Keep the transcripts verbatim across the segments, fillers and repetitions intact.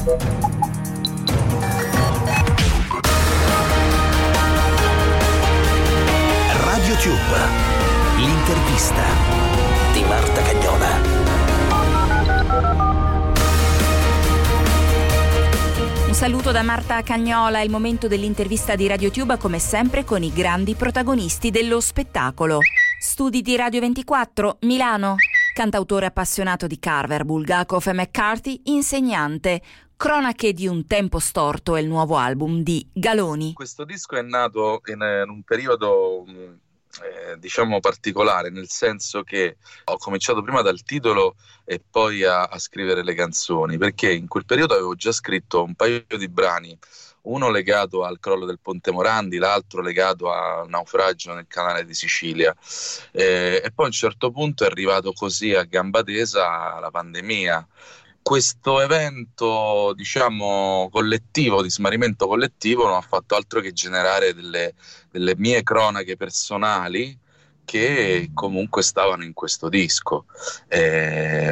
RadioTube, l'intervista di Marta Cagnola. Un saluto da Marta Cagnola, è il momento dell'intervista di RadioTube, come sempre con i grandi protagonisti dello spettacolo. Studi di Radio ventiquattro, Milano. Cantautore appassionato di Carver, Bulgakov e McCarthy, insegnante. Cronache di un tempo storto è il nuovo album di Galoni. Questo disco è nato in, in un periodo eh, diciamo particolare, nel senso che ho cominciato prima dal titolo e poi a, a scrivere le canzoni, perché in quel periodo avevo già scritto un paio di brani, uno legato al crollo del Ponte Morandi, l'altro legato al naufragio nel canale di Sicilia, eh, e poi a un certo punto è arrivato così a gamba tesa la pandemia. Questo evento, diciamo, collettivo, di smarrimento collettivo, non ha fatto altro che generare delle, delle mie cronache personali che comunque stavano in questo disco. E,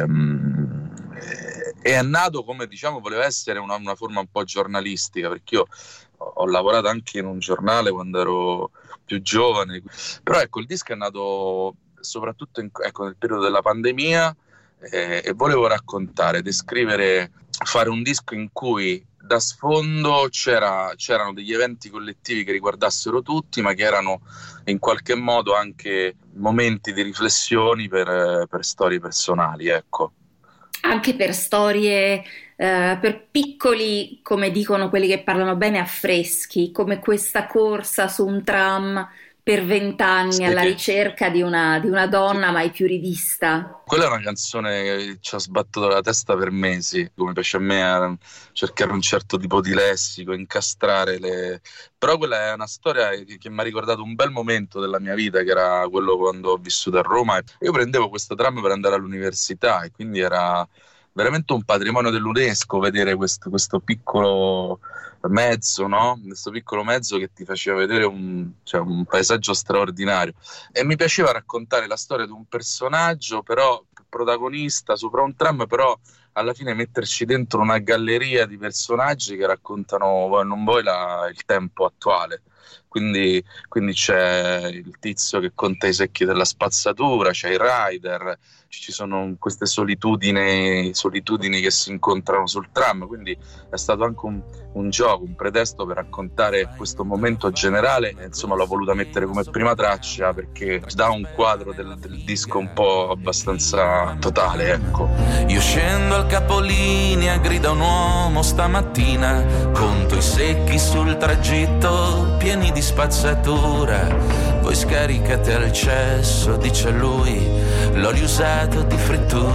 e è nato come, diciamo, voleva essere una, una forma un po' giornalistica, perché io ho, ho lavorato anche in un giornale quando ero più giovane, però ecco, il disco è nato soprattutto in, ecco, nel periodo della pandemia. Eh, e volevo raccontare, descrivere, fare un disco in cui da sfondo c'era, c'erano degli eventi collettivi che riguardassero tutti, ma che erano in qualche modo anche momenti di riflessioni per, per storie personali, ecco. Anche per storie, eh, per piccoli, come dicono quelli che parlano bene, affreschi, come questa corsa su un tram per vent'anni sì, alla ricerca di una, di una donna mai più rivista. Quella è una canzone che ci ha sbattuto la testa per mesi, come piace a me a cercare un certo tipo di lessico, incastrare le... Però quella è una storia che, che mi ha ricordato un bel momento della mia vita, che era quello quando ho vissuto a Roma. Io prendevo questo tram per andare all'università e quindi era veramente un patrimonio dell'UNESCO vedere questo, questo piccolo mezzo, no? Questo piccolo mezzo che ti faceva vedere un, cioè, un paesaggio straordinario, e mi piaceva raccontare la storia di un personaggio, però protagonista sopra un tram, però alla fine metterci dentro una galleria di personaggi che raccontano, voi non voi, la, il tempo attuale. Quindi, quindi c'è il tizio che conta i secchi della spazzatura, c'è il rider, ci sono queste solitudini, solitudini che si incontrano sul tram, quindi è stato anche un, un gioco, un pretesto per raccontare questo momento generale, e insomma l'ho voluta mettere come prima traccia perché dà un quadro del, del disco un po' abbastanza totale, ecco. Io scendo al capolinea, grida un uomo stamattina, conto i secchi sul tragitto pieni di spazzatura, voi scaricate al cesso, dice lui, l'ho riusato di frittura.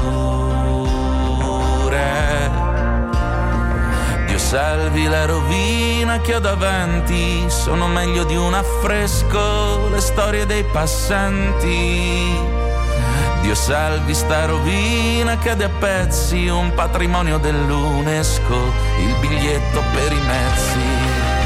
Dio salvi la rovina che ho davanti, sono meglio di un affresco le storie dei passanti. Dio salvi sta rovina, cade a pezzi, un patrimonio dell'UNESCO, il biglietto per i mezzi.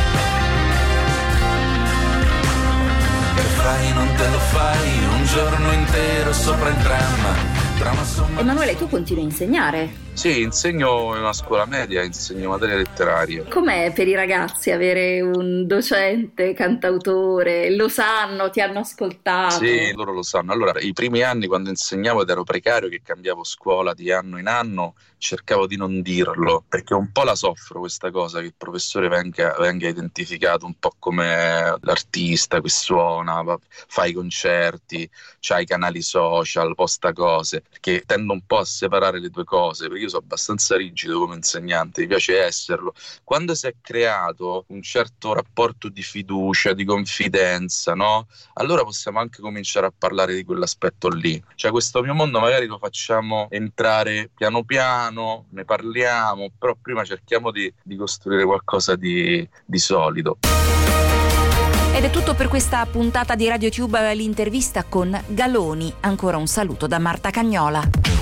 Fai, non te lo fai, un giorno intero sopra il dramma. Emanuele, tu continui a insegnare? Sì, insegno in una scuola media, insegno materie letterarie. Com'è per i ragazzi avere un docente cantautore? Lo sanno, ti hanno ascoltato? Sì, loro lo sanno. Allora, i primi anni quando insegnavo ed ero precario, che cambiavo scuola di anno in anno, cercavo di non dirlo, perché un po' la soffro questa cosa, che il professore venga, venga identificato un po' come l'artista che suona, fa i concerti, c'ha i canali social, posta cose, perché tendo un po' a separare le due cose, perché io sono abbastanza rigido come insegnante, mi piace esserlo. Quando si è creato un certo rapporto di fiducia, di confidenza, no? Allora possiamo anche cominciare a parlare di quell'aspetto lì. Cioè questo mio mondo magari lo facciamo entrare piano piano, ne parliamo, però prima cerchiamo di, di costruire qualcosa di, di solido. Ed è tutto per questa puntata di RadioTube, l'intervista con Galoni. Ancora un saluto da Marta Cagnola.